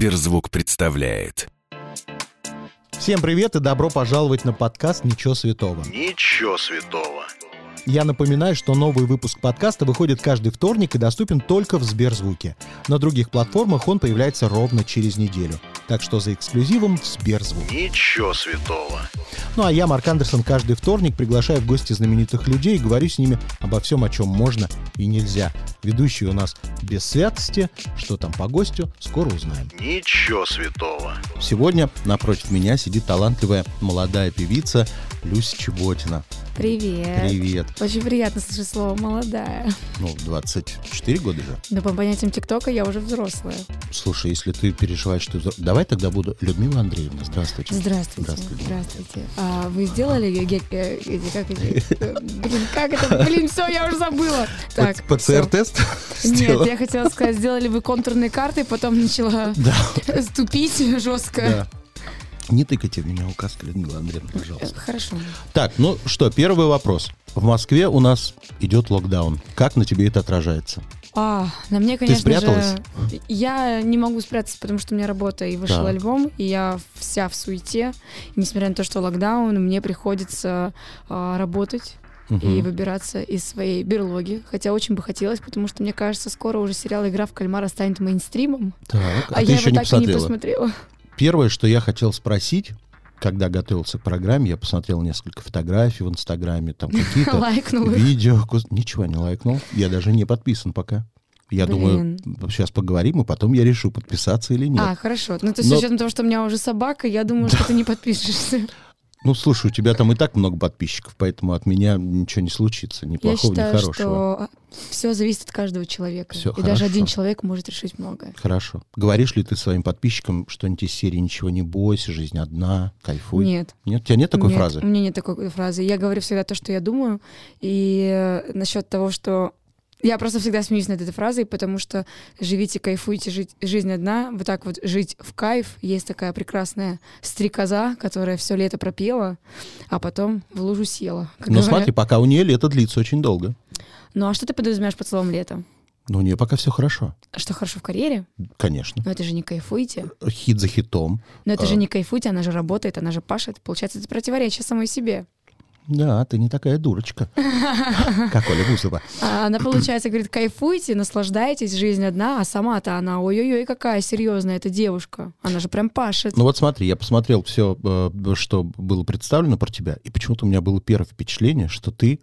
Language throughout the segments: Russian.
Сберзвук представляет. Всем привет и добро пожаловать на подкаст «Ничего святого». Ничего святого. Я напоминаю, что новый выпуск подкаста выходит каждый вторник и доступен только в Сберзвуке. На других платформах он появляется ровно через неделю. Так что за эксклюзивом в Сберзвук. Ничего святого. Ну а я, Марк Андерсон, каждый вторник приглашаю в гости знаменитых людей и говорю с ними обо всем, о чем можно и нельзя. Ведущий у нас без святости. Что там по гостю, скоро узнаем. Ничего святого. Сегодня напротив меня сидит талантливая молодая певица Люся Чеботина. Привет. Привет. Очень приятно слышать слово «молодая». Ну, 24 года же. Но по понятиям ТикТока я уже взрослая. Слушай, если ты переживаешь, что... Давай тогда буду... Людмила Андреевна, здравствуйте. Здравствуйте. А вы сделали... Как это? Блин, все, я уже забыла. Так, ПЦР-тест? Нет, я хотела сказать, сделали вы контурные карты, потом начала ступить жестко. Да. Не тыкайте в меня указкой, Людмила Андреевна, пожалуйста. Хорошо. Так, ну что, первый вопрос. В Москве у нас идет локдаун. Как на тебе это отражается? На мне, конечно Ты спряталась? же... Я не могу спрятаться, потому что у меня работа, и вышел альбом, и я вся в суете. И несмотря на то, что локдаун, мне приходится работать и выбираться из своей берлоги. Хотя очень бы хотелось, потому что, мне кажется, скоро уже сериал «Игра в кальмара» станет мейнстримом. Так, А ты я еще его не так и не посмотрела. Первое, что я хотел спросить, когда готовился к программе, я посмотрел несколько фотографий в Инстаграме, там какие-то видео. Ничего не лайкнул. Я даже не подписан пока. Я думаю, сейчас поговорим, и потом я решу, подписаться или нет. Хорошо. Ну, то есть, с учетом того, что у меня уже собака, я думаю, что ты не подпишешься. Ну, слушай, у тебя там и так много подписчиков, поэтому от меня ничего не случится, ни плохого, ни хорошего. Я считаю, что все зависит от каждого человека. Всё и хорошо. даже один человек может решить многое. Хорошо. Говоришь ли ты своим подписчикам что-нибудь из серии «Ничего не бойся, жизнь одна, кайфуй»? Нет. Нет? У тебя нет такой фразы? У меня нет такой фразы. Я говорю всегда то, что я думаю. И насчет того, что... Я просто всегда смеюсь над этой фразой, потому что живите, кайфуйте, жизнь одна. Вот так вот жить в кайф. Есть такая прекрасная стрекоза, которая все лето пропела, а потом в лужу села. Но смотри, пока у нее лето длится очень долго. Ну а что ты подразумеваешь под словом «лето»? Ну, у нее пока все хорошо. Что хорошо в карьере? Конечно. Но это же не кайфуйте. Хит за хитом. Но это же не кайфуйте, она же работает, она же пашет. Получается, это противоречие самой себе. Да, ты не такая дурочка, как Оля Бузова. Она, получается, говорит, кайфуйте, наслаждайтесь, жизнь одна, а сама-то она, ой-ой-ой, какая серьезная эта девушка. Она же прям пашет. Ну вот смотри, я посмотрел все, что было представлено про тебя, и почему-то у меня было первое впечатление, что ты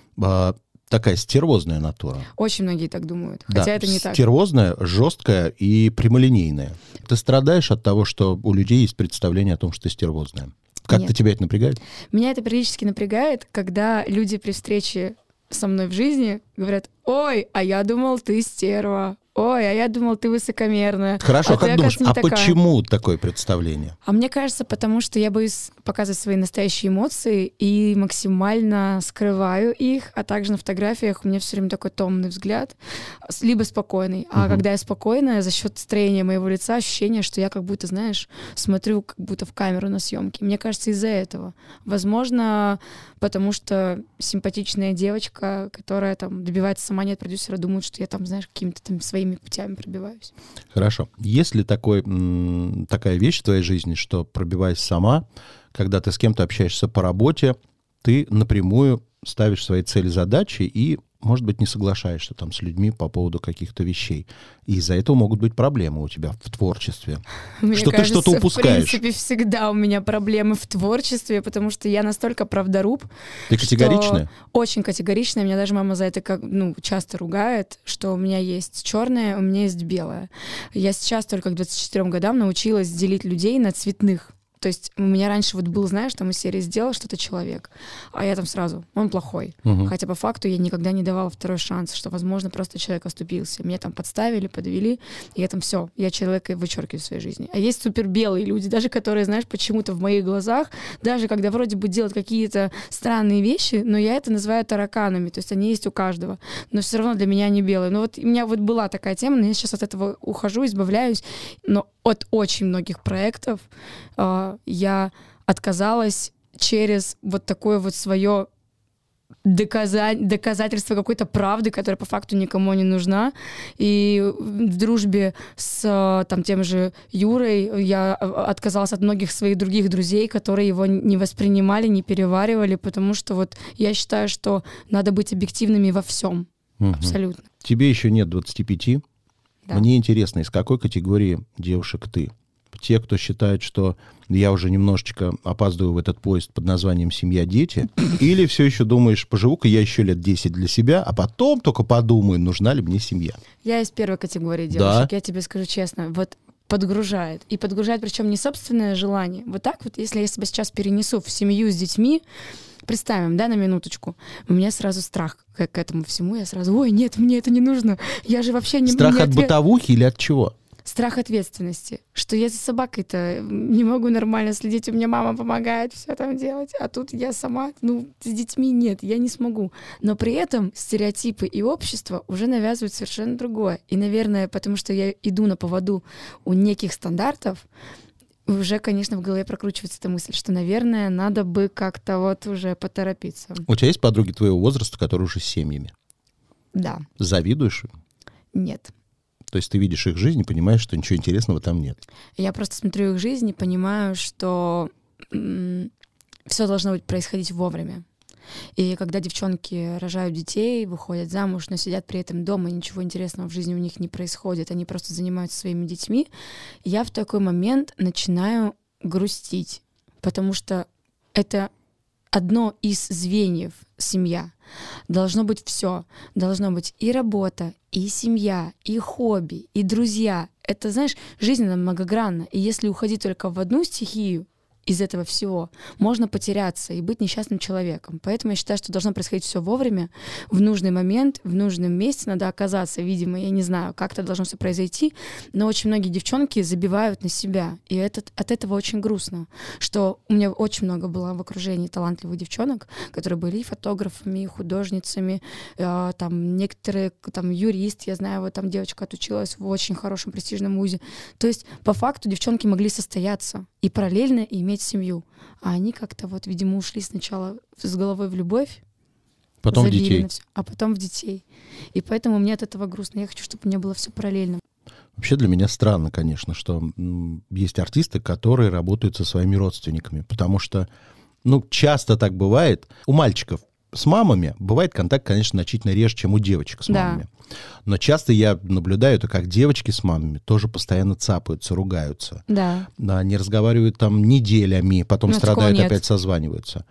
такая стервозная натура. Очень многие так думают, хотя это не так. Стервозная, жесткая и прямолинейная. Ты страдаешь от того, что у людей есть представление о том, что ты стервозная? Как-то тебя это напрягает? Меня это периодически напрягает, когда люди при встрече со мной в жизни говорят: ой, а я думал, ты стерва. Ой, а я думал, ты высокомерная. Хорошо, как думаешь, такая. Почему такое представление? А мне кажется, потому что я боюсь показывать свои настоящие эмоции и максимально скрываю их, а также на фотографиях у меня все время такой томный взгляд, либо спокойный. А когда я спокойная, за счет строения моего лица ощущение, что я как будто, знаешь, смотрю как будто в камеру на съемке. Мне кажется, из-за этого. Возможно, потому что симпатичная девочка, которая там добивается сама не от продюсера, думает, что я там, знаешь, какими-то там своими путями пробиваюсь. Хорошо. Есть ли такая вещь в твоей жизни, что, пробиваясь сама, когда ты с кем-то общаешься по работе, ты напрямую ставишь свои цели, задачи и, может быть, не соглашаешься там с людьми по поводу каких-то вещей. И из-за этого могут быть проблемы у тебя в творчестве. Мне что кажется, ты что-то упускаешь. В принципе, всегда у меня проблемы в творчестве, потому что я настолько правдоруб. Ты категоричная? Очень категоричная. Меня даже мама за это часто ругает, что у меня есть черное, у меня есть белое. Я сейчас только к 24 годам научилась делить людей на цветных. То есть у меня раньше вот был, знаешь, там из серии «сделал что-то человек», а я там сразу, он плохой. Хотя по факту я никогда не давала второй шанс, что, возможно, просто человек оступился. Меня там подставили, подвели, и я там все, я человека вычеркиваю в своей жизни. А есть супербелые люди, даже которые, знаешь, почему-то в моих глазах, даже когда вроде бы делают какие-то странные вещи, но я это называю тараканами, то есть они есть у каждого, но все равно для меня они белые. Но вот у меня вот была такая тема, но я сейчас от этого ухожу, избавляюсь, но от очень многих проектов я отказалась через вот такое вот свое доказательство какой-то правды, которая по факту никому не нужна. И в дружбе с там, тем же Юрой я отказалась от многих своих других друзей, которые его не воспринимали, не переваривали, потому что вот я считаю, что надо быть объективными во всем. Абсолютно. Тебе еще нет 25. Да. Мне интересно, из какой категории девушек ты? Те, кто считает, что я уже немножечко опаздываю в этот поезд под названием «Семья, дети», или все еще думаешь, поживу-ка я еще лет 10 для себя, а потом только подумаю, нужна ли мне семья? Я из первой категории девушек, Да? я тебе скажу честно, вот подгружает. И подгружает, причем не собственное желание. Вот так вот, если я себя сейчас перенесу в семью с детьми, представим, да, на минуточку, у меня сразу страх к этому всему, я сразу, ой, нет, мне это не нужно, я же вообще не... Страх от бытовухи или от чего? Страх ответственности, что я за собакой-то не могу нормально следить, у меня мама помогает все там делать, а тут я сама, с детьми нет, я не смогу. Но при этом стереотипы и общество уже навязывают совершенно другое. И, наверное, потому что я иду на поводу у неких стандартов, уже, конечно, в голове прокручивается эта мысль, что, наверное, надо бы как-то вот уже поторопиться. У тебя есть подруги твоего возраста, которые уже с семьями? Да. Завидуешь им? Нет. То есть ты видишь их жизнь и понимаешь, что ничего интересного там нет? Я просто смотрю их жизнь и понимаю, что все должно происходить вовремя. И когда девчонки рожают детей, выходят замуж, но сидят при этом дома, ничего интересного в жизни у них не происходит, они просто занимаются своими детьми, я в такой момент начинаю грустить, потому что это одно из звеньев семья. Должно быть все. Должно быть и работа, и семья, и хобби, и друзья. Это, знаешь, жизнь она многогранна. И если уходить только в одну стихию из этого всего, можно потеряться и быть несчастным человеком. Поэтому я считаю, что должно происходить все вовремя, в нужный момент, в нужном месте надо оказаться, видимо, я не знаю, как это должно все произойти, но очень многие девчонки забивают на себя, и от этого очень грустно, что у меня очень много было в окружении талантливых девчонок, которые были и фотографами, и художницами, там некоторые, там юрист, я знаю, вот там девочка отучилась в очень хорошем престижном вузе. То есть по факту девчонки могли состояться и параллельно иметь семью. А они как-то вот, видимо, ушли сначала с головой в любовь, потом в детей. а потом в детей. И поэтому мне от этого грустно. Я хочу, чтобы у меня было все параллельно. Вообще для меня странно, конечно, что есть артисты, которые работают со своими родственниками, потому что, часто так бывает. У мальчиков с мамами бывает контакт, конечно, значительно реже, чем у девочек с мамами. Да. Но часто я наблюдаю это, как девочки с мамами тоже постоянно цапаются, ругаются. Да. Они разговаривают там неделями, потом страдают, опять созваниваются.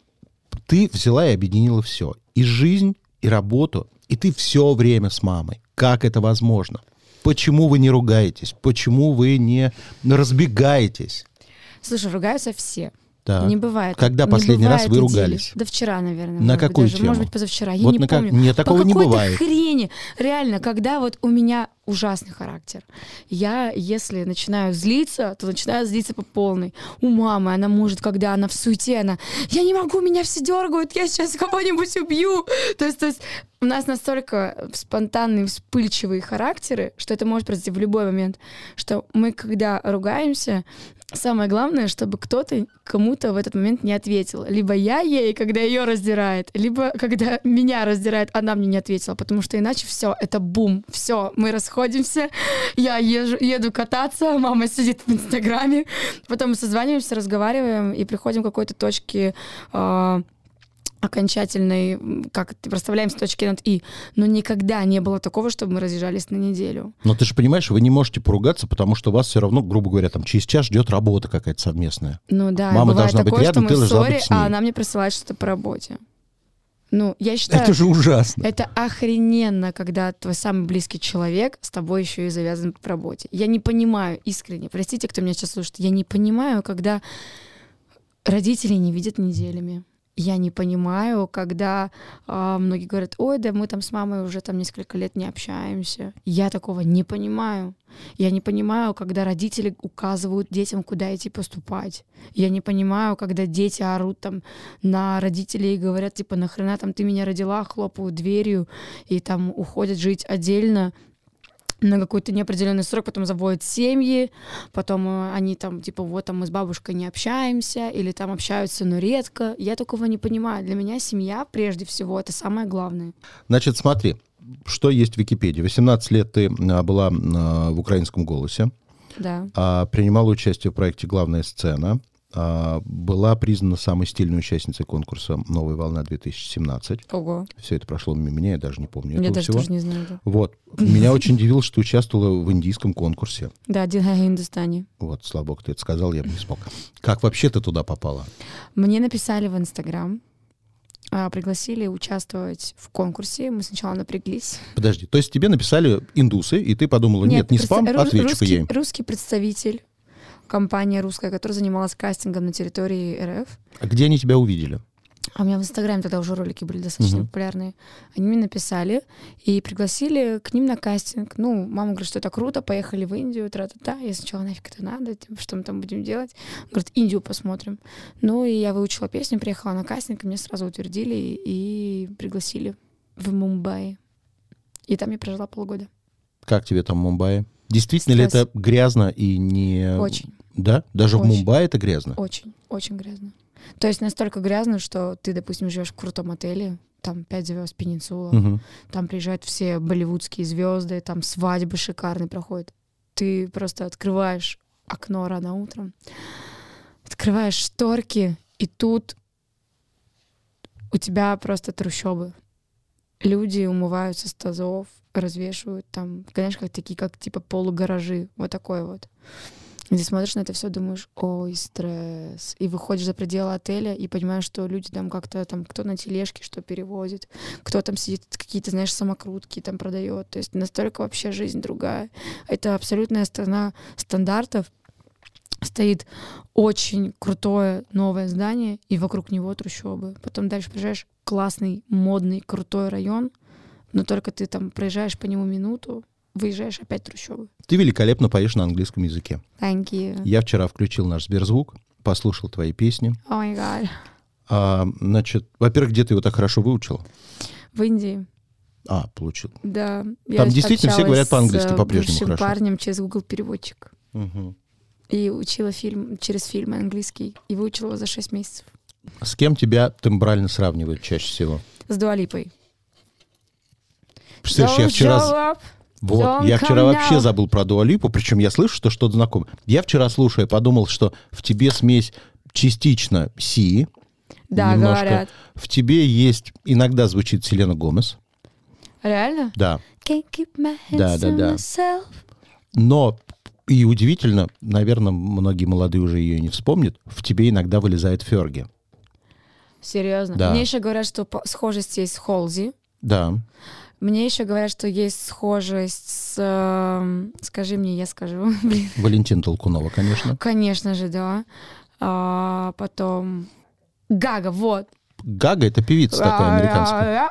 Ты взяла и объединила все. И жизнь, и работу, и ты все время с мамой. Как это возможно? Почему вы не ругаетесь? Почему вы не разбегаетесь? Слушай, ругаются все. Да. Не бывает. Когда последний раз вы ругались? Да вчера, наверное. На какую даже, тему? Может быть, позавчера. Я вот не помню. Нет, такого не бывает. По какой-то хрени. Реально, когда вот у меня ужасный характер. Я, если начинаю злиться, то начинаю злиться по полной. У мамы она может, когда она в суете, я не могу, меня все дергают, я сейчас кого-нибудь убью. То есть у нас настолько спонтанные, вспыльчивые характеры, что это может произойти в любой момент, что мы, когда ругаемся, самое главное, чтобы кто-то кому-то в этот момент не ответил. Либо я ей, когда ее раздирает, либо когда меня раздирает, она мне не ответила, потому что иначе все, это бум, все, мы расходимся, я еду кататься, мама сидит в Инстаграме, потом мы созваниваемся, разговариваем и приходим к какой-то точке окончательной, как проставляемся точки над «и». Но никогда не было такого, чтобы мы разъезжались на неделю. Но ты же понимаешь, вы не можете поругаться, потому что вас все равно, грубо говоря, там через час ждет работа какая-то совместная. Ну да, мама бывает должна такое, быть рядом, что ты мы в должна ссоре, быть с ней. а она мне присылает что-то по работе. Я считаю... Это же ужасно. Это охрененно, когда твой самый близкий человек с тобой еще и завязан по работе. Я не понимаю искренне, простите, кто меня сейчас слушает, я не понимаю, когда родители не видят неделями. Я не понимаю, когда многие говорят, ой, да мы там с мамой уже там несколько лет не общаемся. Я такого не понимаю. Я не понимаю, когда родители указывают детям, куда идти поступать. Я не понимаю, когда дети орут там на родителей и говорят, типа, нахрена там ты меня родила, хлопают дверью и там уходят жить отдельно. на какой-то неопределенный срок, потом заводят семьи, потом они там, типа, вот там мы с бабушкой не общаемся, или там общаются, но редко. Я такого не понимаю. Для меня семья, прежде всего, это самое главное. Значит, смотри, что есть в Википедии. 18 лет ты была в «Украинском голосе», Да. принимала участие в проекте «Главная сцена», была признана самой стильной участницей конкурса «Новая волна-2017». Ого. Все это прошло мимо меня, я даже не помню Я этого даже всего. тоже не знаю. Да. Вот. Меня очень удивило, что ты участвовала в индийском конкурсе. Да, «Дилхай Хиндустани». Вот, слава богу, ты это сказал, я бы не смог. Как вообще ты туда попала? Мне написали в Инстаграм, пригласили участвовать в конкурсе. Мы сначала напряглись. Подожди, то есть тебе написали индусы, и ты подумала, нет, не спам, отвечу-ка я им. Русский представитель, компания русская, которая занималась кастингом на территории РФ. А где они тебя увидели? А у меня в Инстаграме тогда уже ролики были достаточно популярные. Они мне написали и пригласили к ним на кастинг. Ну, мама говорит, что это круто, поехали в Индию, тра-та-та. Я сначала, нафиг это надо, что мы там будем делать? Говорит, Индию посмотрим. Ну, и я выучила песню, приехала на кастинг, и меня сразу утвердили и пригласили в Мумбаи. И там я прожила полгода. Как тебе там в Мумбаи? Действительно ли это грязно и не... Очень. Да? Даже очень. В Мумбаи это грязно? Очень, очень грязно. То есть настолько грязно, что ты, допустим, живешь в крутом отеле, там 5 звезд Пенинсула, там приезжают все болливудские звезды, там свадьбы шикарные проходят. Ты просто открываешь окно рано утром, открываешь шторки, и тут у тебя просто трущобы. Люди умываются с тазов, развешивают там, конечно, как такие, как типа полугаражи, вот такой вот. И ты смотришь на это все, думаешь, ой, стресс. И выходишь за пределы отеля и понимаешь, что люди там как-то там, кто на тележке что перевозит, кто там сидит, какие-то, знаешь, самокрутки там продает. То есть настолько вообще жизнь другая. Это абсолютная страна стандартов. Стоит очень крутое новое здание, и вокруг него трущобы. Потом дальше приезжаешь, классный, модный, крутой район, но только ты там проезжаешь по нему минуту, выезжаешь, опять трущобы. Ты великолепно поешь на английском языке. Thank you. Я вчера включил наш Сберзвук, послушал твои песни. Oh my God. Значит, во-первых, где ты его так хорошо выучила? В Индии. Получил. Да. Там действительно все говорят по-английски по-прежнему хорошо. хорошо. Парнем через Google переводчик. Угу. И учила через фильм английский. И выучила его за 6 месяцев. С кем тебя тембрально сравнивают чаще всего? С Дуа Липой. Представляешь, я вчера... Вот, я вчера вообще забыл про Дуа Липу, причем я слышу, что что-то знакомое. Я вчера, слушая, подумал, что в тебе смесь частично Си. Да, немножко. Говорят. В тебе есть, иногда звучит Селена Гомес. Реально? Да. Да. Но, и удивительно, наверное, многие молодые уже ее не вспомнят, в тебе иногда вылезает Ферги. Серьезно? Да. Мне еще говорят, что схожесть есть с Холзи. Да. Мне еще говорят, что есть схожесть с... Скажи мне, я скажу. Валентина Толкунова, конечно. Конечно же, да. Потом... Гага, вот. Гага — это певица такая американская.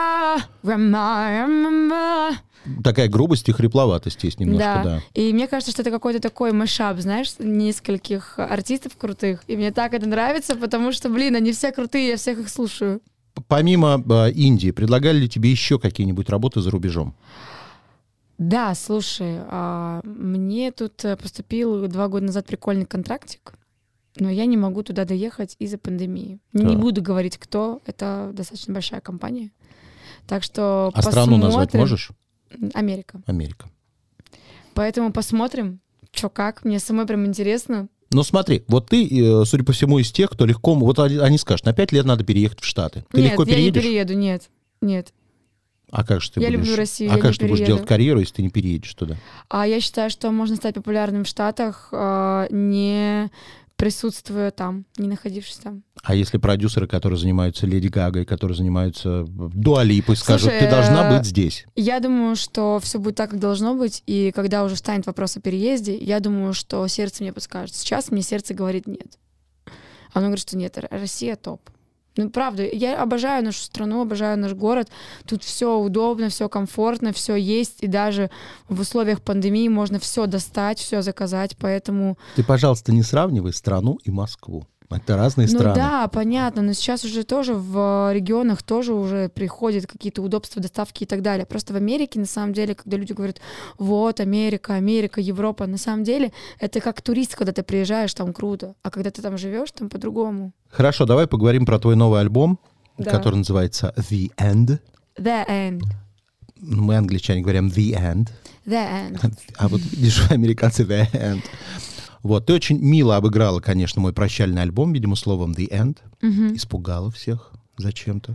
Такая грубость и хрипловатость есть немножко, да. И мне кажется, что это какой-то такой мэшап, знаешь, нескольких артистов крутых. И мне так это нравится, потому что, они все крутые, я всех их слушаю. Помимо Индии, предлагали ли тебе еще какие-нибудь работы за рубежом? Да, слушай, мне тут поступил 2 года назад прикольный контрактик, но я не могу туда доехать из-за пандемии. Не буду говорить, кто. Это достаточно большая компания. Так что страну назвать можешь? Америка. Америка. Поэтому посмотрим, что как. Мне самой прям интересно. Ну смотри, вот ты, судя по всему, из тех, кто легко... Вот они скажут, на 5 лет надо переехать в Штаты. Ты легко переедешь? Нет, я не перееду, нет. А как же ты будешь... люблю Россию, как же ты будешь делать карьеру, если ты не переедешь туда? Я считаю, что можно стать популярным в Штатах, не присутствуя там, не находившись там. А если продюсеры, которые занимаются Леди Гагой, которые занимаются Дуа Липой, скажут, ты должна быть здесь? Я думаю, что все будет так, как должно быть, и когда уже встанет вопрос о переезде, я думаю, что сердце мне подскажет. Сейчас мне сердце говорит нет. Оно говорит, что нет, Россия топ. Ну, правда, я обожаю нашу страну, обожаю наш город. Тут все удобно, все комфортно, все есть. И даже в условиях пандемии можно все достать, все заказать, поэтому... Ты, пожалуйста, не сравнивай страну и Москву. Это разные Ну страны. да, понятно, но сейчас уже тоже в регионах тоже уже приходят какие-то удобства доставки и так далее. Просто в Америке, на самом деле, когда люди говорят, вот, Америка, Европа, на самом деле это как турист, когда ты приезжаешь, там круто, а когда ты там живешь, там по-другому. Хорошо, давай поговорим про твой новый альбом, Да. который называется The End. The end. Мы, англичане, говорим The End. The end. А вот видишь, американцы The End. Вот, ты очень мило обыграла, конечно, мой прощальный альбом, видимо, словом The End. Испугала всех зачем-то.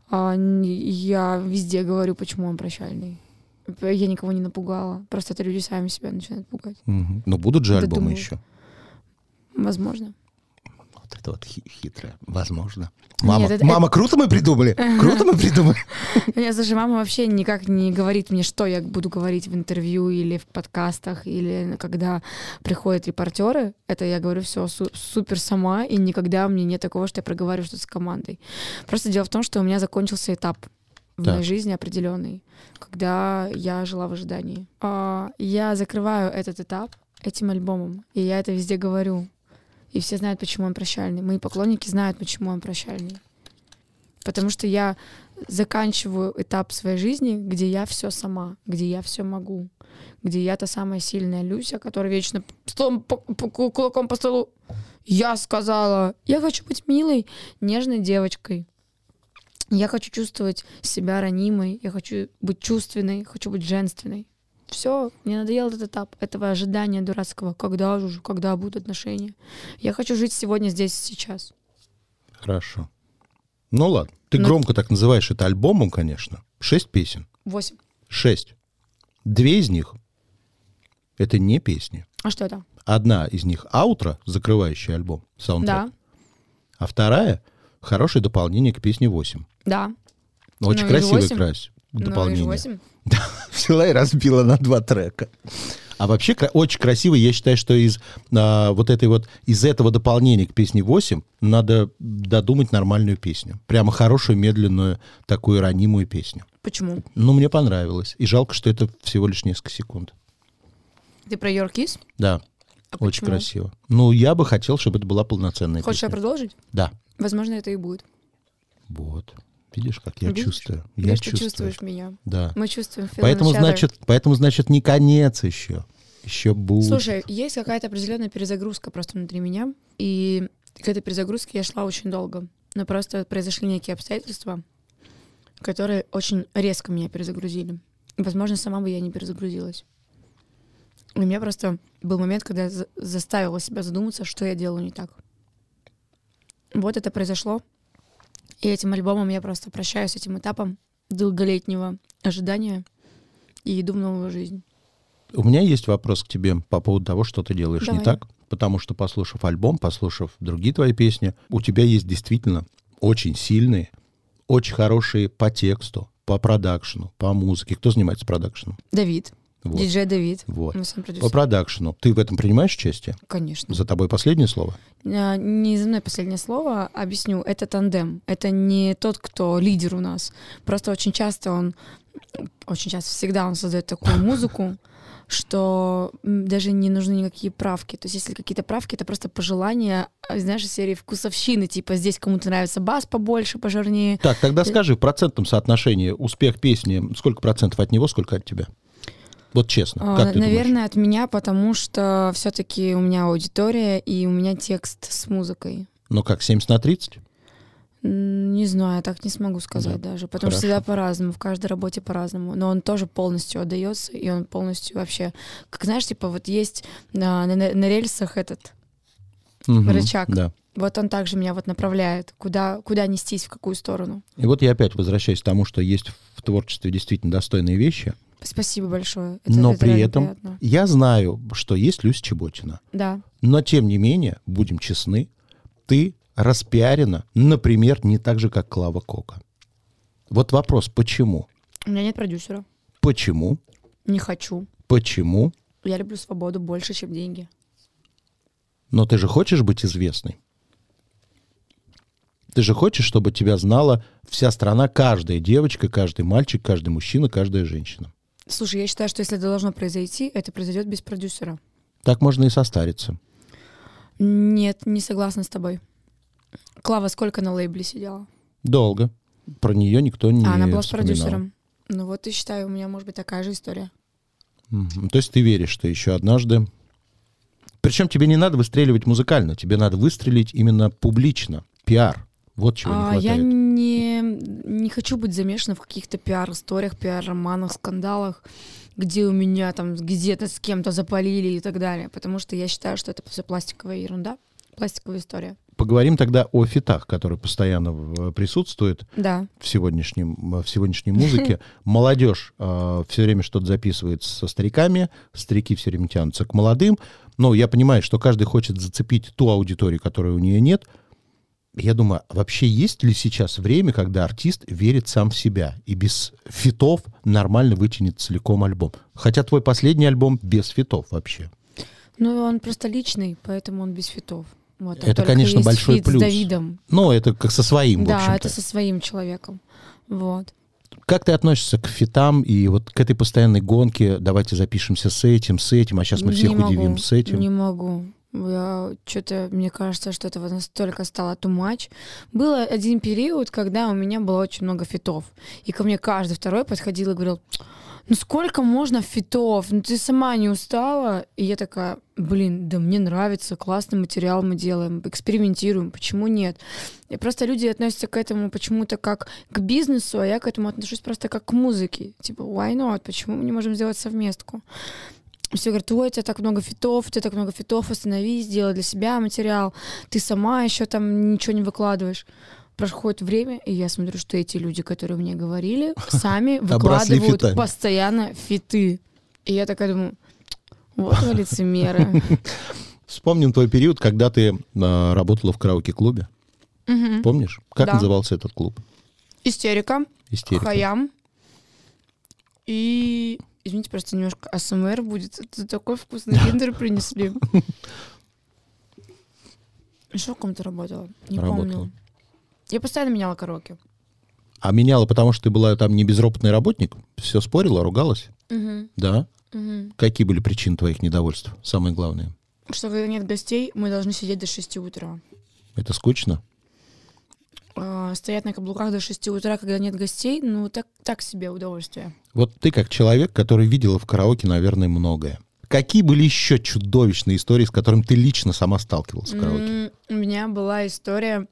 Я везде говорю, почему он прощальный. Я никого не напугала. Просто это люди сами себя начинают пугать. Мгм. Но будут же Да, альбомы думаю. еще. Возможно. Вот это вот хитрое. Возможно. Нет, это- Мама, круто мы придумали? Круто мы придумали? Меня даже мама вообще никак не говорит мне, что я буду говорить в интервью или в подкастах, или когда приходят репортеры. Это я говорю все супер сама, и никогда мне нет такого, что я проговариваю что-то с командой. Просто дело в том, что у меня закончился этап в Так. моей жизни определенный, когда я жила в ожидании. Я закрываю этот этап этим альбомом, и я это везде говорю. И все знают, почему он прощальный. Мои поклонники знают, почему он прощальный. Потому что я заканчиваю этап своей жизни, где я все сама, где я все могу, где я та самая сильная Люся, которая вечно кулаком по столу. Я сказала, я хочу быть милой, нежной девочкой. Я хочу чувствовать себя ранимой, я хочу быть чувственной, хочу быть женственной. Все, мне надоел этот этап этого ожидания дурацкого. Когда будут отношения? Я хочу жить сегодня, здесь, сейчас. Хорошо. Ну ладно. Ты Ну- громко так называешь это альбомом, конечно. 6 песен. 8. 6. 2 из них — это не песни. А что это? Одна из них — аутро, закрывающий альбом, саундтрек. Да, А вторая — хорошее дополнение к песне 8. да. Очень Ну и красивое 8. дополнение. Ну, и же 8. Взяла и разбила на 2 трека. А вообще очень красиво, я считаю, что из этого дополнения к песне 8 надо додумать нормальную песню. Прямо хорошую, медленную, такую ранимую песню. Почему? Ну, мне понравилось. И жалко, что это всего лишь несколько секунд. Ты про Your Kiss? Да, А очень почему? красиво. Ну, я бы хотел, чтобы это была полноценная Хочешь песня. продолжить? Да. Возможно, это и будет. Вот. Видишь, как я Видишь? чувствую. Я Видишь, ты чувствую. чувствуешь меня. Да. Мы чувствуем feeling Поэтому each other. значит, не конец еще. Еще будет. Слушай, есть какая-то определенная перезагрузка просто внутри меня, и к этой перезагрузке я шла очень долго. Но просто произошли некие обстоятельства, которые очень резко меня перезагрузили. И, возможно, сама бы я не перезагрузилась. У меня просто был момент, когда я заставила себя задуматься, что я делаю не так. Вот это произошло. И этим альбомом я просто прощаюсь с этим этапом долголетнего ожидания и иду в новую жизнь. У меня есть вопрос к тебе по поводу того, что ты делаешь не Давай. так. Потому что, послушав альбом, послушав другие твои песни, у тебя есть действительно очень сильные, очень хорошие по тексту, по продакшену, по музыке. Кто занимается продакшеном? Давид. Вот. Диджей Давид. Вот. Мы сам По продюсер. продакшену. Ты в этом принимаешь участие? Конечно. За тобой последнее слово? Не за мной последнее слово. Объясню. Это тандем. Это не тот, кто лидер у нас. Просто очень часто, всегда он создает такую музыку, что даже не нужны никакие правки. То есть если какие-то правки, это просто пожелания, знаешь, из серии вкусовщины. Типа здесь кому-то нравится бас побольше, пожирнее. Так, тогда скажи, в процентном соотношении успех песни, сколько процентов от него, сколько от тебя? Вот честно, как ты Наверное, думаешь? от меня, потому что все-таки у меня аудитория и у меня текст с музыкой. Ну как, 70/30? Не знаю, так не смогу сказать даже, потому Хорошо. что всегда по-разному, в каждой работе по-разному, но он тоже полностью отдается, и он полностью вообще, как знаешь, типа вот есть на рельсах этот Мгм, рычаг, Да. вот он также меня вот направляет, куда нестись, в какую сторону. И вот я опять возвращаюсь к тому, что есть в творчестве действительно достойные вещи, Спасибо большое. но это при реально этом приятно. я знаю, что есть Люся Чеботина. Да. Но тем не менее, будем честны, ты распиарена, например, не так же, как Клава Кока. Вот вопрос, почему? У меня нет продюсера. Почему? Не хочу. Почему? Я люблю свободу больше, чем деньги. Но ты же хочешь быть известной? Ты же хочешь, чтобы тебя знала вся страна, каждая девочка, каждый мальчик, каждый мужчина, каждая женщина. Слушай, я считаю, что если это должно произойти, это произойдет без продюсера. Так можно и состариться. Нет, не согласна с тобой. Клава сколько на лейбле сидела? Долго. Про нее никто не она была с вспоминал. продюсером. Ну вот и считаю, у меня может быть такая же история. То есть ты веришь, что еще однажды... Причем тебе не надо выстреливать музыкально, тебе надо выстрелить именно публично. Пиар. Вот чего не хватает. Я не хочу быть замешана в каких-то пиар-историях, пиар-романах, скандалах, где у меня там где-то с кем-то запалили и так далее. Потому что я считаю, что это все пластиковая ерунда, пластиковая история. Поговорим тогда о фитах, которые постоянно присутствуют Да. в сегодняшней музыке. Молодежь все время что-то записывает со стариками, старики все время тянутся к молодым. Но я понимаю, что каждый хочет зацепить ту аудиторию, которой у нее нет. Я думаю, вообще есть ли сейчас время, когда артист верит сам в себя и без фитов нормально вытянет целиком альбом? Хотя твой последний альбом без фитов вообще. Ну, он просто личный, поэтому он без фитов. Вот, это, конечно, большой фит плюс. с Давидом. Но это как со своим, в общем-то. Да, это со своим человеком. Вот. Как ты относишься к фитам и вот к этой постоянной гонке? Давайте запишемся с этим, а сейчас мы всех удивим с этим. Не могу. Мне кажется, что это настолько стало too much. Был один период, когда у меня было очень много фитов. И ко мне каждый второй подходил и говорил: ну сколько можно фитов? Ну ты сама не устала? И я такая: блин, да мне нравится, классный материал мы делаем, экспериментируем, почему нет? И просто люди относятся к этому почему-то как к бизнесу, а я к этому отношусь просто как к музыке. Типа, why not? Почему мы не можем сделать совместку? Все говорят: ой, у тебя так много фитов, остановись, сделай для себя материал. Ты сама еще там ничего не выкладываешь. Проходит время, и я смотрю, что эти люди, которые мне говорили, сами выкладывают постоянно фиты. И я такая думаю: вот вы лицемеры. Вспомним твой период, когда ты работала в караоке-клубе. Помнишь? Как назывался этот клуб? Истерика. Хаям. И... Извините, просто немножко АСМР будет. Это такой вкусный киндер принесли. Что в ком-то работала? Не помню. Я постоянно меняла караоке. А меняла, потому что ты была там не безропотный работник? Все спорила, ругалась? Да? Какие были причины твоих недовольств? Самые главные? Что когда нет гостей, мы должны сидеть до 6 утра. Это скучно? Стоять на каблуках до 6 утра, когда нет гостей, ну так себе удовольствие. Вот ты как человек, который видела в караоке, наверное, многое. Какие были еще чудовищные истории, с которыми ты лично сама сталкивалась в караоке? У меня была история,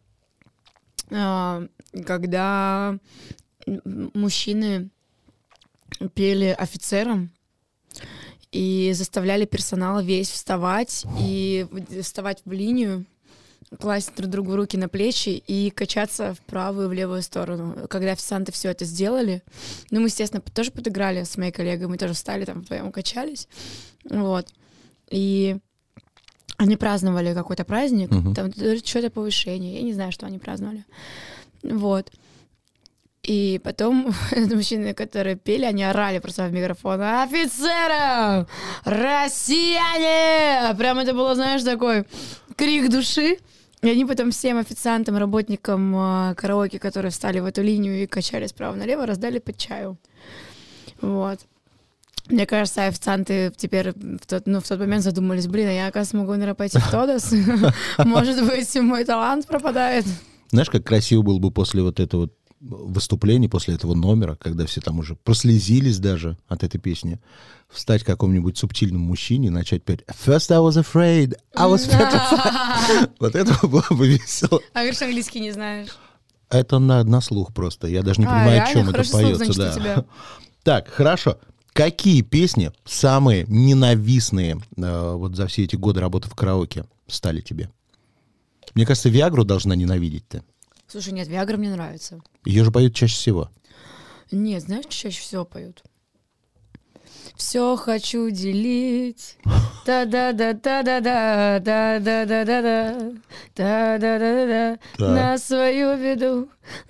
когда мужчины пели офицерам и заставляли персонал весь вставать в линию, класть друг другу руки на плечи и качаться в правую и в левую сторону. Когда официанты все это сделали, ну, мы, естественно, тоже подыграли с моей коллегой, мы тоже встали там вдвоем, качались, вот. И они праздновали какой-то праздник, там что-то повышение, я не знаю, что они праздновали, вот. И потом мужчины, которые пели, они орали просто в микрофон: офицерам! Россияне! Прям это было, знаешь, такой крик души. И они потом всем официантам, работникам караоке, которые встали в эту линию и качали справа-налево, раздали по чаю. Вот. Мне кажется, официанты теперь в тот момент задумались: блин, а я, оказывается, могу, наверное, пойти в Тодос. Может быть, мой талант пропадает. Знаешь, как красиво было бы после вот этого выступления, после этого номера, когда все там уже прослезились даже от этой песни, встать к какому-нибудь субтильному мужчине и начать петь «First I was afraid, I was petrified». Вот это было бы весело. А говоришь, английский не знаешь? Это на слух просто. Я даже не понимаю, о чем это поется. Да. Так, хорошо. Какие песни самые ненавистные вот за все эти годы работы в караоке стали тебе? Мне кажется, Виагру должна ненавидеть ты. Слушай, нет, Виагра мне нравится. Ее же поют чаще всего. Нет, знаешь, чаще всего поют? Все хочу делить. Да-да-да-да-да-да, да-да-да-да-да, да-да-да-да-да, на свою беду,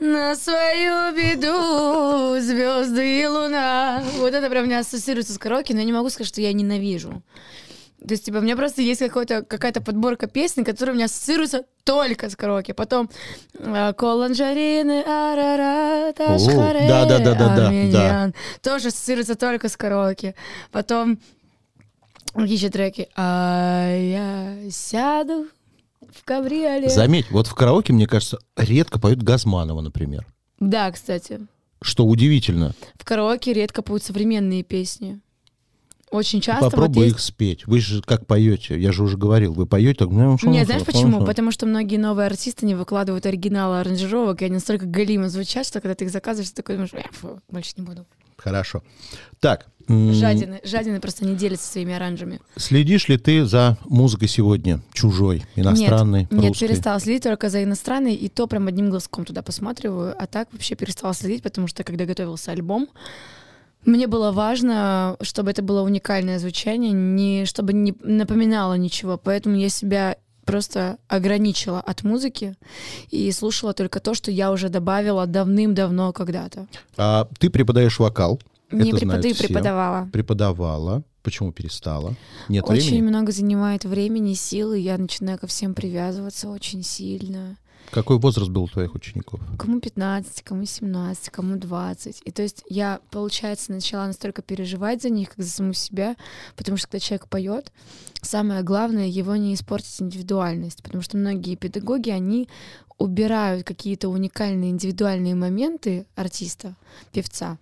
звезды и луна. Вот это прям у меня ассоциируется с караоке, но я не могу сказать, что я ненавижу. То есть, типа, у меня просто есть какая-то подборка песен, которые у меня ассоциируются только с караоке. Потом «Коланжарины, арара, ташхаре, аминьян». Тоже ассоциируется только с караоке. Потом какие еще треки? «А я сяду в кабриолет. Заметь, вот в караоке, мне кажется, редко поют Газманова, например. Да, кстати. Что удивительно. В караоке редко поют современные песни. Очень часто... Попробуй есть... их спеть. Вы же как поете? Я же уже говорил, вы поете так... Нет, знаешь почему? Потому что многие новые артисты не выкладывают оригиналы аранжировок, и они настолько галимо звучат, что когда ты их заказываешь, ты такой думаешь, больше не буду. Хорошо. Так. Жадины просто не делятся своими оранжами. Следишь ли ты за музыкой сегодня? Чужой, иностранной, русской? Нет, перестала следить только за иностранной, и то прям одним глазком туда посматриваю, а так вообще перестала следить, потому что когда готовился альбом, мне было важно, чтобы это было уникальное звучание, чтобы не напоминало ничего, поэтому я себя просто ограничила от музыки и слушала только то, что я уже добавила давным-давно когда-то. А ты преподаешь вокал? Не преподаю, преподавала. Преподавала. Почему перестала? Нет очень времени? Много занимает времени, силы, я начинаю ко всем привязываться очень сильно. Какой возраст был у твоих учеников? Кому 15, кому 17, кому 20. И то есть я, получается, начала настолько переживать за них, как за саму себя, потому что когда человек поет, самое главное его не испортить индивидуальность, потому что многие педагоги, они убирают какие-то уникальные индивидуальные моменты артиста, певца,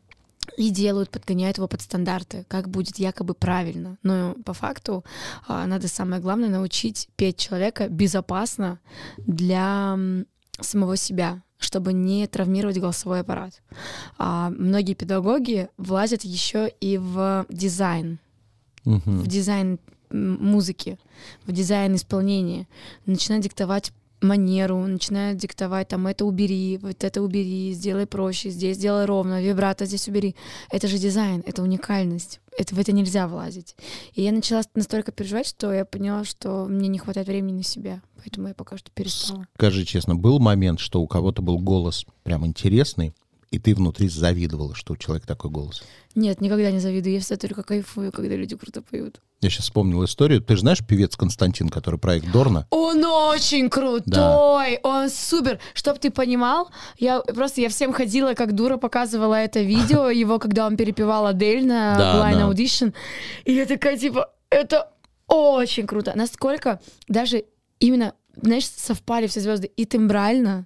и делают, подгоняют его под стандарты, как будет якобы правильно. Но по факту надо самое главное научить петь человека безопасно для самого себя, чтобы не травмировать голосовой аппарат. Многие педагоги влазят еще и в дизайн, в дизайн музыки, в дизайн исполнения, начинают диктовать манеру, начинают диктовать, там, это убери, вот это убери, сделай проще, здесь сделай ровно, вибрато здесь убери. Это же дизайн, это уникальность. В это нельзя влазить. И я начала настолько переживать, что я поняла, что мне не хватает времени на себя. Поэтому я пока что перестала. Скажи честно, был момент, что у кого-то был голос прям интересный, и ты внутри завидовала, что у человека такой голос? Нет, никогда не завидую. Я всегда только кайфую, когда люди круто поют. Я сейчас вспомнил историю. Ты же знаешь певец Константин, который проект Дорна? Он очень крутой! Да. Он супер! Чтоб ты понимал, я всем ходила, как дура, показывала это видео, его, когда он перепевал Адель на Blind Audition. И я такая, типа, это очень круто. Насколько даже именно, знаешь, совпали все звезды и тембрально,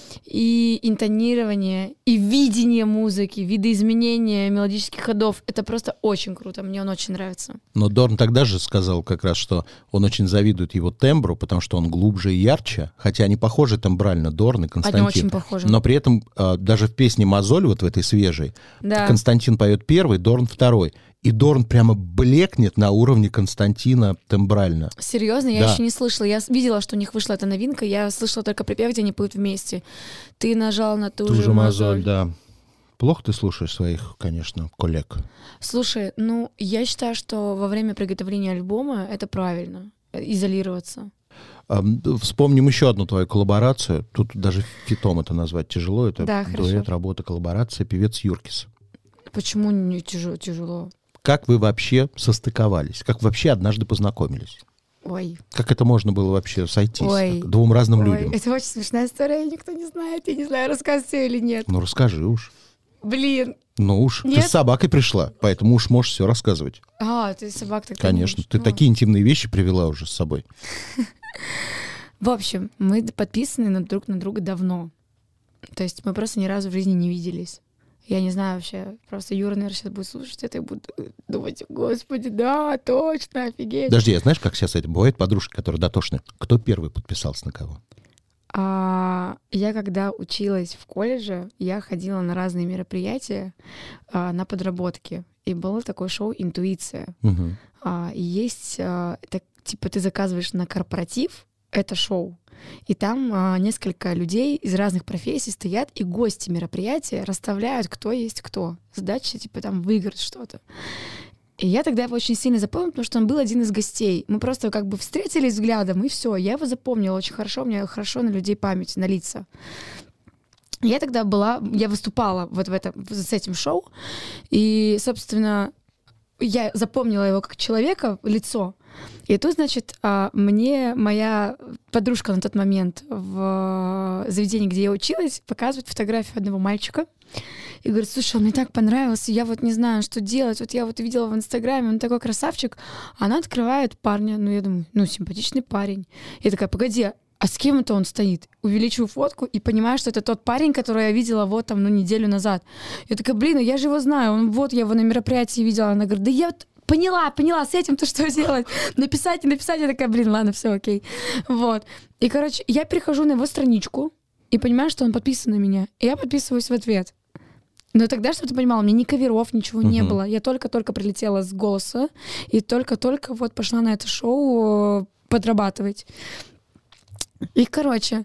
и интонирование, и видение музыки, видоизменение мелодических ходов. Это просто очень круто, мне он очень нравится. Но Дорн тогда же сказал как раз, что он очень завидует его тембру, потому что он глубже и ярче, хотя они похожи тембрально, Дорн и Константин. Они очень похожи. Но при этом даже в песне «Мозоль», вот в этой свежей, Константин поет первый, Дорн второй. И Дорн прямо блекнет на уровне Константина тембрально. Серьезно? Я еще не слышала. Я видела, что у них вышла эта новинка. Я слышала только припев, где они поют вместе. Ты нажал на ту же мозоль. Да. Плохо ты слушаешь своих, конечно, коллег. Слушай, я считаю, что во время приготовления альбома это правильно. Изолироваться. Вспомним еще одну твою коллаборацию. Тут даже фитом это назвать тяжело. Это дуэт, работа, коллаборация. Певец Юркис. Почему не тяжело? Как вы вообще состыковались? Как вообще однажды познакомились? Ой. Как это можно было вообще сойтись двум разным людям? Это очень смешная история, никто не знает. Я не знаю, рассказывать или нет. Ну, расскажи уж. Блин. Ну уж, нет? Ты с собакой пришла, поэтому уж можешь все рассказывать. Ты собак так. Конечно, ты такие интимные вещи привела уже с собой. В общем, мы подписаны друг на друга давно. То есть мы просто ни разу в жизни не виделись. Я не знаю вообще, просто Юра, наверное, сейчас будет слушать это и будет думать, господи, да, точно, офигеть. Подожди, знаешь, как сейчас это бывает, подружки, которые дотошны? Кто первый подписался на кого? Я когда училась в колледже, я ходила на разные мероприятия на подработки. И было такое шоу «Интуиция». Угу. И есть, типа ты заказываешь на корпоратив это шоу, и там несколько людей из разных профессий стоят, и гости мероприятия расставляют, кто есть кто. Задача, типа, там, выиграть что-то. И я тогда его очень сильно запомнила, потому что он был один из гостей. Мы просто как бы встретились взглядом, и все. Я его запомнила очень хорошо, у меня хорошо на людей память, на лица. Я тогда я выступала вот с этим шоу, и, собственно, я запомнила его как человека, лицо. И тут, значит, мне моя подружка на тот момент в заведении, где я училась, показывает фотографию одного мальчика и говорит: слушай, он мне так понравился, я вот не знаю, что делать, вот я вот видела в Инстаграме, он такой красавчик. Она открывает парня, ну, я думаю, ну, симпатичный парень. Я такая: погоди, а с кем это он стоит? Увеличиваю фотку и понимаю, что это тот парень, которого я видела вот там, ну, неделю назад. Я такая: блин, я же его знаю, вот я его на мероприятии видела. Она говорит: да я поняла, с этим-то что делать? Написать, я такая: блин, ладно, все окей. Вот. И, короче, я перехожу на его страничку и понимаю, что он подписан на меня. И я подписываюсь в ответ. Но тогда, чтобы ты понимала, у меня ни каверов, ничего не было. Я только-только прилетела с «Голоса» и только-только вот пошла на это шоу подрабатывать. И, короче,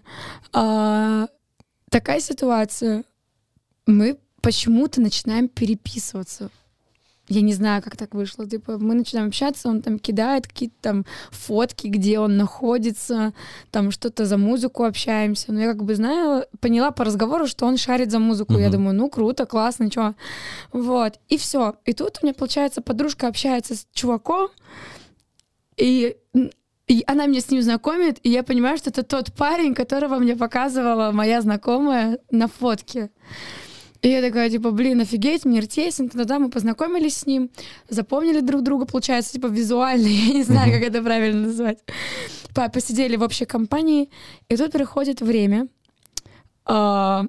такая ситуация. Мы почему-то начинаем переписываться. Я не знаю, как так вышло. Типа, мы начинаем общаться, он там кидает какие-то там фотки, где он находится, там что-то за музыку общаемся. Но я как бы знаю, поняла по разговору, что он шарит за музыку. Я думаю, ну круто, классно, чё. Вот. И все. И тут у меня, получается, подружка общается с чуваком, и она меня с ним знакомит, и я понимаю, что это тот парень, которого мне показывала моя знакомая на фотке. И я такая, типа, блин, офигеть, мне интересно. Тогда мы познакомились с ним, запомнили друг друга, получается, типа, визуально. Я не знаю, как это правильно назвать. Посидели в общей компании, и тут приходит время. Я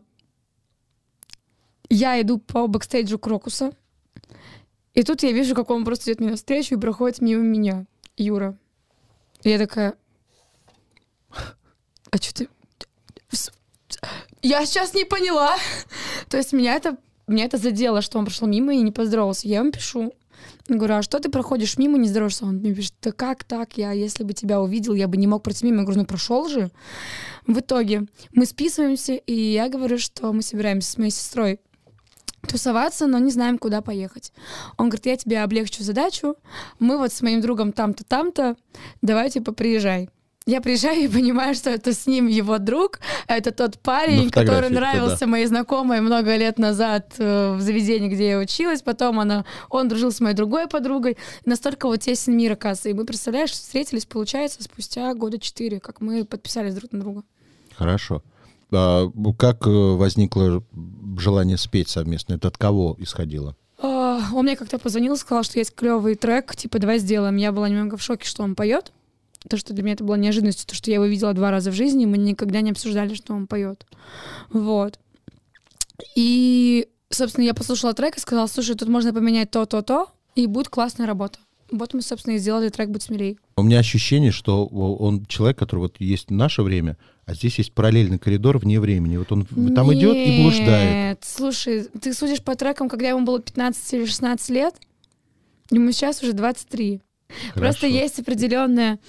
иду по бэкстейджу Крокуса, и тут я вижу, как он просто идет мне навстречу и проходит мимо меня. Юра. И я такая: а что ты... Я сейчас не поняла. То есть меня это задело, что он прошел мимо и не поздоровался. Я ему пишу. Говорю: а что ты проходишь мимо, не здороваешься? Он мне пишет: да как так? Если бы тебя увидел, я бы не мог пройти мимо. Я говорю: ну прошел же. В итоге мы списываемся, и я говорю, что мы собираемся с моей сестрой тусоваться, но не знаем, куда поехать. Он говорит: я тебе облегчу задачу. Мы вот с моим другом там-то, там-то. Давай, типа, приезжай. Я приезжаю и понимаю, что это с ним его друг. Это тот парень, который нравился моей знакомой много лет назад в заведении, где я училась. Потом он дружил с моей другой подругой. Настолько вот тесен мир, оказывается. И мы, представляешь, встретились, получается, спустя 4 года, как мы подписались друг на друга. Хорошо. А как возникло желание спеть совместно? Это от кого исходило? Он мне как-то позвонил, сказал, что есть клевый трек, типа, давай сделаем. Я была немного в шоке, что он поет. То, что для меня это было неожиданностью, то, что я его видела 2 раза в жизни, мы никогда не обсуждали, что он поет. Вот. И, собственно, я послушала трек и сказала: слушай, тут можно поменять то, и будет классная работа. Вот мы, собственно, и сделали трек «Будь смелей». У меня ощущение, что он человек, который вот есть в наше время, а здесь есть параллельный коридор вне времени. Вот он там идет и блуждает. Нет, слушай, ты судишь по трекам, когда ему было 15 или 16 лет, ему сейчас уже 23. Хорошо. Просто есть определенная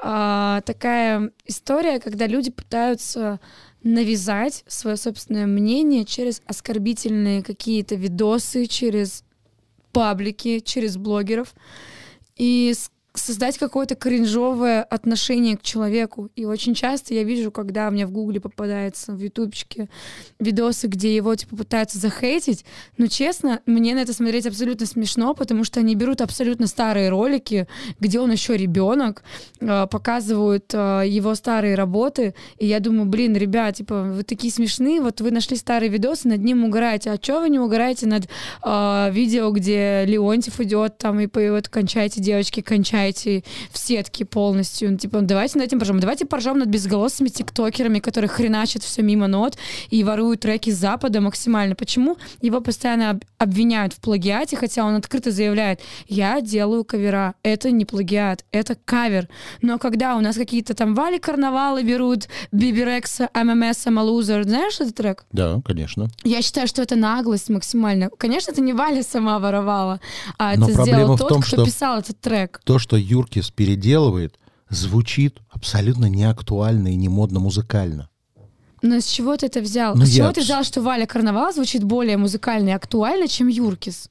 такая история, когда люди пытаются навязать свое собственное мнение через оскорбительные какие-то видосы, через паблики, через блогеров, и создать какое-то кринжовое отношение к человеку. И очень часто я вижу, когда у меня в Гугле попадается в ютубчике видосы, где его типа пытаются захейтить, но честно, мне на это смотреть абсолютно смешно, потому что они берут абсолютно старые ролики, где он еще ребенок, показывают его старые работы, и я думаю, блин, ребят, типа, вы такие смешные, вот вы нашли старые видосы, над ним угораете, а чё вы не угораете над видео, где Леонтьев идет там и поет: кончайте, девочки, кончайте, все такие полностью. Ну, типа, давайте над этим поржем. Давайте поржем над безголосыми тиктокерами, которые хреначат все мимо нот и воруют треки с Запада максимально. Почему его постоянно обвиняют в плагиате, хотя он открыто заявляет: я делаю кавера, это не плагиат, это кавер. Но когда у нас какие-то там Вали Карнавалы берут, Биби Рекса, ММС, I'm a Loser, знаешь этот трек? Да, конечно. Я считаю, что это наглость максимально. Конечно, это не Валя сама воровала, а но это сделал тот, том, кто писал этот трек. То, что Юркис переделывает, звучит абсолютно неактуально и не модно музыкально. Но с чего ты это взял? С чего ты взял, что Валя Карнавал звучит более музыкально и актуально, чем Юркис?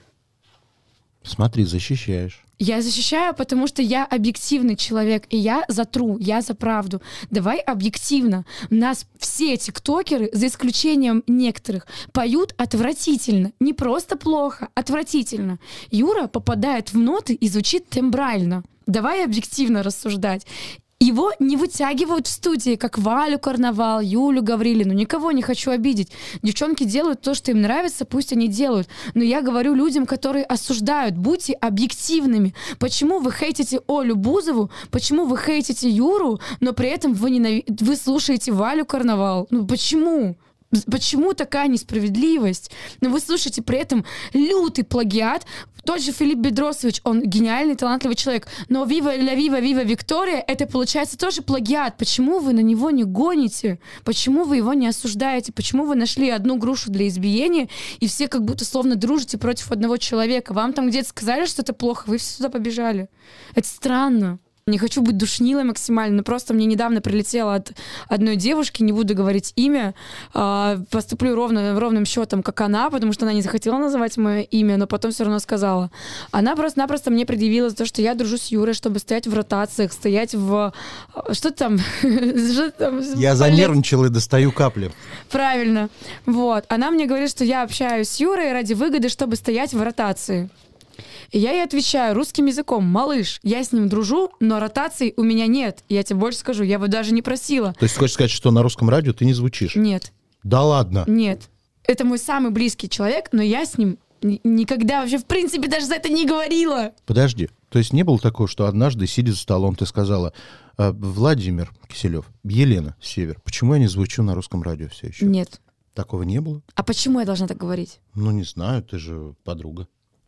Смотри, защищаешь. Я защищаю, потому что я объективный человек, и я за true, я за правду. Давай объективно. У нас все тиктокеры, за исключением некоторых, поют отвратительно. Не просто плохо, отвратительно. Юра попадает в ноты и звучит тембрально. Давай объективно рассуждать. Его не вытягивают в студии, как Валю Карнавал, Юлю Гаврилину. Никого не хочу обидеть. Девчонки делают то, что им нравится, пусть они делают. Но я говорю людям, которые осуждают, будьте объективными. Почему вы хейтите Олю Бузову? Почему вы хейтите Юру, но при этом вы слушаете Валю Карнавал? Ну почему? Почему такая несправедливость? Но вы слушаете при этом лютый плагиат. Тот же Филипп Бедросович, он гениальный, талантливый человек. Но «Вива ля Вива, Вива Виктория» — это, получается, тоже плагиат. Почему вы на него не гоните? Почему вы его не осуждаете? Почему вы нашли одну грушу для избиения, и все как будто словно дружите против одного человека? Вам там где-то сказали, что это плохо, вы все сюда побежали. Это странно. Не хочу быть душнилой максимально, но просто мне недавно прилетело от одной девушки, не буду говорить имя, поступлю ровным счетом, как она, потому что она не захотела называть мое имя, но потом все равно сказала. Она просто-напросто мне предъявила за то, что я дружу с Юрой, чтобы стоять в ротациях, стоять в... Что там? Я занервничал и достаю капли. Правильно. Вот. Она мне говорит, что я общаюсь с Юрой ради выгоды, чтобы стоять в ротации. И я ей отвечаю русским языком: малыш, я с ним дружу, но ротаций у меня нет. Я тебе больше скажу, я его даже не просила. То есть ты хочешь сказать, что на русском радио ты не звучишь? Нет. Да ладно? Нет. Это мой самый близкий человек, но я с ним никогда вообще, в принципе, даже за это не говорила. Подожди. То есть не было такого, что однажды, сидя за столом, ты сказала: Владимир Киселев, Елена Север, почему я не звучу на русском радио все еще? Нет. Такого не было? А почему я должна так говорить? Ну, не знаю, ты же подруга.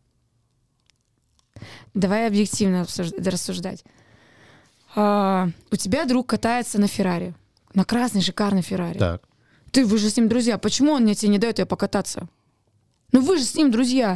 Давай объективно рассуждать. У тебя друг катается на Феррари. На красной шикарной Феррари. Так. Вы же с ним друзья. Почему он тебе не дает ее покататься? Ну вы же с ним друзья.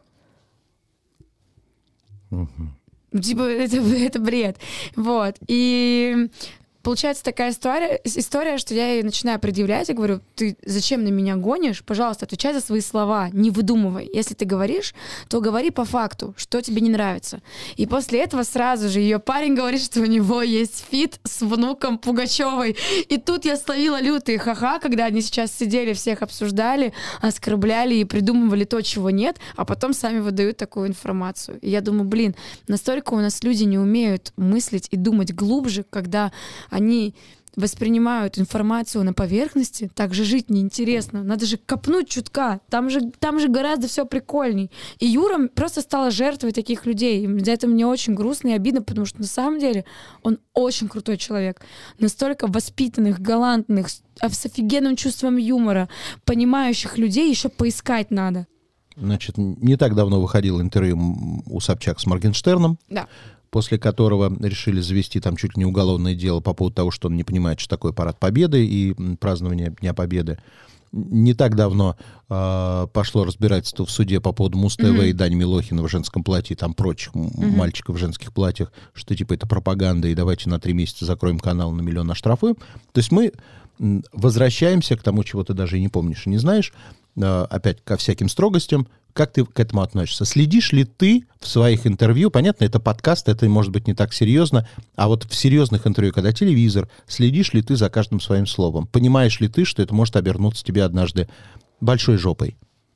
Угу. Типа, это бред. Вот. И получается такая история, что я ей начинаю предъявлять и говорю: ты зачем на меня гонишь? Пожалуйста, отвечай за свои слова, не выдумывай. Если ты говоришь, то говори по факту, что тебе не нравится. И после этого сразу же ее парень говорит, что у него есть фит с внуком Пугачевой. И тут я словила лютые ха-ха, когда они сейчас сидели, всех обсуждали, оскорбляли и придумывали то, чего нет, а потом сами выдают такую информацию. И я думаю, настолько у нас люди не умеют мыслить и думать глубже, когда они воспринимают информацию на поверхности, так же жить неинтересно. Надо же копнуть чутка. Там же гораздо все прикольней. И Юра просто стала жертвой таких людей. И за это мне очень грустно и обидно, потому что на самом деле он очень крутой человек. Настолько воспитанных, галантных, с офигенным чувством юмора, понимающих людей еще поискать надо. Значит, не так давно выходило интервью у Собчак с Моргенштерном. Да. После которого решили завести там чуть ли не уголовное дело по поводу того, что он не понимает, что такое парад Победы и празднование Дня Победы. Не так давно пошло разбирательство в суде по поводу Муз-ТВ и Дани Милохина в женском платье, и там прочих мальчиков в женских платьях, что типа это пропаганда, и давайте на 3 месяца закроем канал, на 1 миллион оштрафуем. То есть мы возвращаемся к тому, чего ты даже и не помнишь и не знаешь, опять ко всяким строгостям. Как ты к этому относишься? Следишь ли ты в своих интервью, понятно, это подкаст, это может быть не так серьезно, а вот в серьезных интервью, когда телевизор, следишь ли ты за каждым своим словом? Понимаешь ли ты, что это может обернуться тебе однажды большой жопой?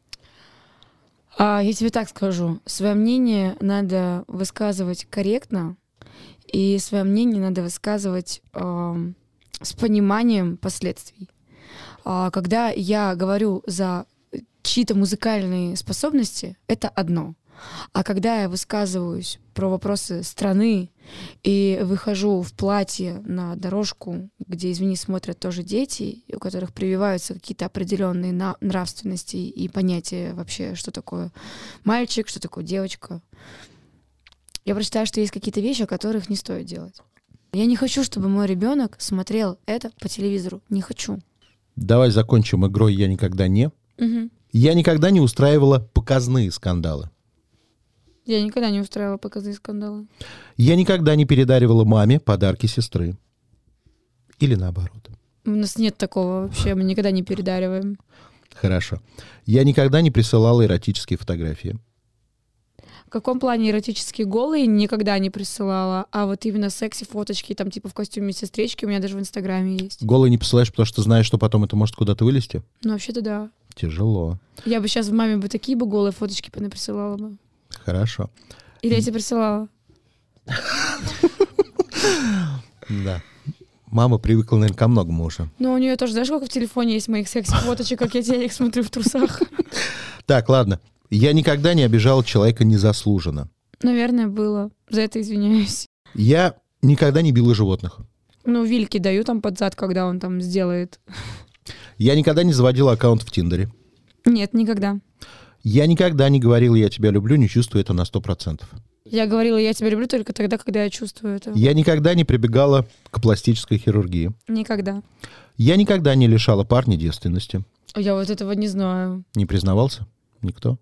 Я тебе так скажу. Свое мнение надо высказывать корректно, и свое мнение надо высказывать с пониманием последствий. Когда я говорю за чьи-то музыкальные способности, это одно. А когда я высказываюсь про вопросы страны и выхожу в платье на дорожку, где, извини, смотрят тоже дети, у которых прививаются какие-то определенные нравственности и понятия вообще, что такое мальчик, что такое девочка, я прочитаю, что есть какие-то вещи, о которых не стоит делать. Я не хочу, чтобы мой ребенок смотрел это по телевизору. Не хочу. Давай закончим игрой «Я никогда не». Угу. Я никогда не устраивала показные скандалы. Я никогда не устраивала показные скандалы. Я никогда не передаривала маме подарки сестры. Или наоборот. У нас нет такого вообще, мы никогда не передариваем. Хорошо. Я никогда не присылала эротические фотографии. В каком плане эротические голые никогда не присылала, а вот именно секси-фоточки, там типа в костюме сестрички у меня даже в Инстаграме есть. Голые не посылаешь, потому что знаешь, что потом это может куда-то вылезти? Ну, вообще-то да. Тяжело. Я бы сейчас в маме бы такие бы голые фоточки присылала бы. Хорошо. Или я тебе присылала? Да. Мама привыкла, наверное, ко многому уже. Ну, у нее тоже, знаешь, сколько в телефоне есть моих секси-фоточек, как я денег смотрю в трусах. Так, ладно. Я никогда не обижал человека незаслуженно. Наверное, было. За это извиняюсь. Я никогда не била животных. Ну, вильки даю там под зад, когда он там сделает. Я никогда не заводил аккаунт в Тиндере. Нет, никогда. Я никогда не говорил «я тебя люблю», не чувствую это на 100%. Я говорила, я тебя люблю только тогда, когда я чувствую это. Я никогда не прибегала к пластической хирургии. Никогда. Я никогда не лишала парня девственности. Я вот этого не знаю. Не признавался? Никто?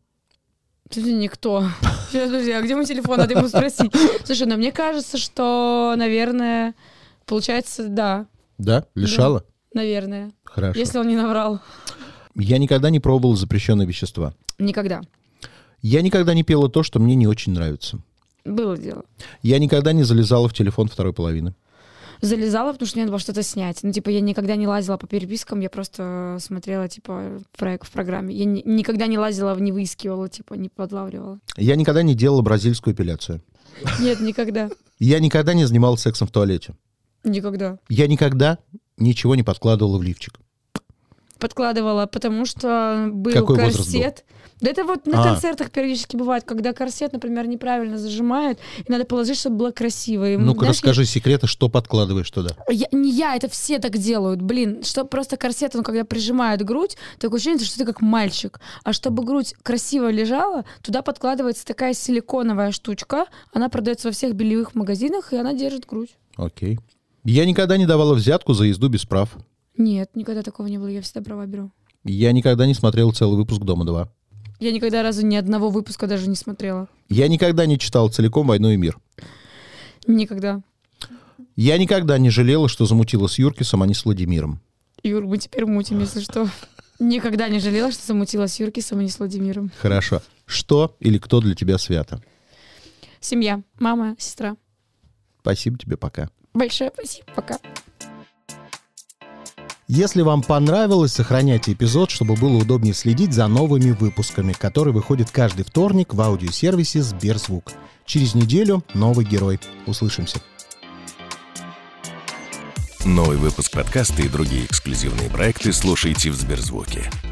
Никто. Сейчас, подожди, а где мой телефон? Надо ему спросить. Слушай, ну мне кажется, что, наверное, получается, да. Да? Лишала? Да, наверное. Хорошо. Если он не наврал. Я никогда не пробовал запрещенные вещества. Никогда. Я никогда не пела то, что мне не очень нравится. Было дело. Я никогда не залезала в телефон второй половины. Залезала, потому что мне надо было что-то снять. Ну, типа, я никогда не лазила по перепискам, я просто смотрела, типа, в программе. Я никогда не лазила, не выискивала, типа, не подлавливала. Я никогда не делала бразильскую эпиляцию. Нет, никогда. Я никогда не занималась сексом в туалете. Никогда. Я никогда ничего не подкладывала в лифчик. Подкладывала, потому что был Какой возраст был? корсет. Да это вот на концертах периодически бывает, когда корсет, например, неправильно зажимают, и надо положить, чтобы было красиво. И, Ну-ка, знаешь, расскажи секреты, что подкладываешь туда. Не я, это все так делают. Блин, что просто корсет, он когда прижимает грудь, такое ощущение, что ты как мальчик. А чтобы грудь красиво лежала, туда подкладывается такая силиконовая штучка, она продается во всех бельевых магазинах, и она держит грудь. Окей. Я никогда не давала взятку за езду без прав. Нет, никогда такого не было, я всегда права беру. Я никогда не смотрел целый выпуск «Дома-2». Я никогда разу ни одного выпуска даже не смотрела. Я никогда не читал целиком «Войну и мир». Никогда. Я никогда не жалела, что замутила с Юркисом, а не с Владимиром. Юр, мы теперь мутим, если что. Никогда не жалела, что замутила с Юркисом, а не с Владимиром. Хорошо. Что или кто для тебя свято? Семья, мама, сестра. Спасибо тебе, пока. Большое спасибо, пока. Если вам понравилось, сохраняйте эпизод, чтобы было удобнее следить за новыми выпусками, которые выходят каждый вторник в аудиосервисе Сберзвук. Через неделю новый герой. Услышимся. Новый выпуск подкаста и другие эксклюзивные проекты слушайте в Сберзвуке.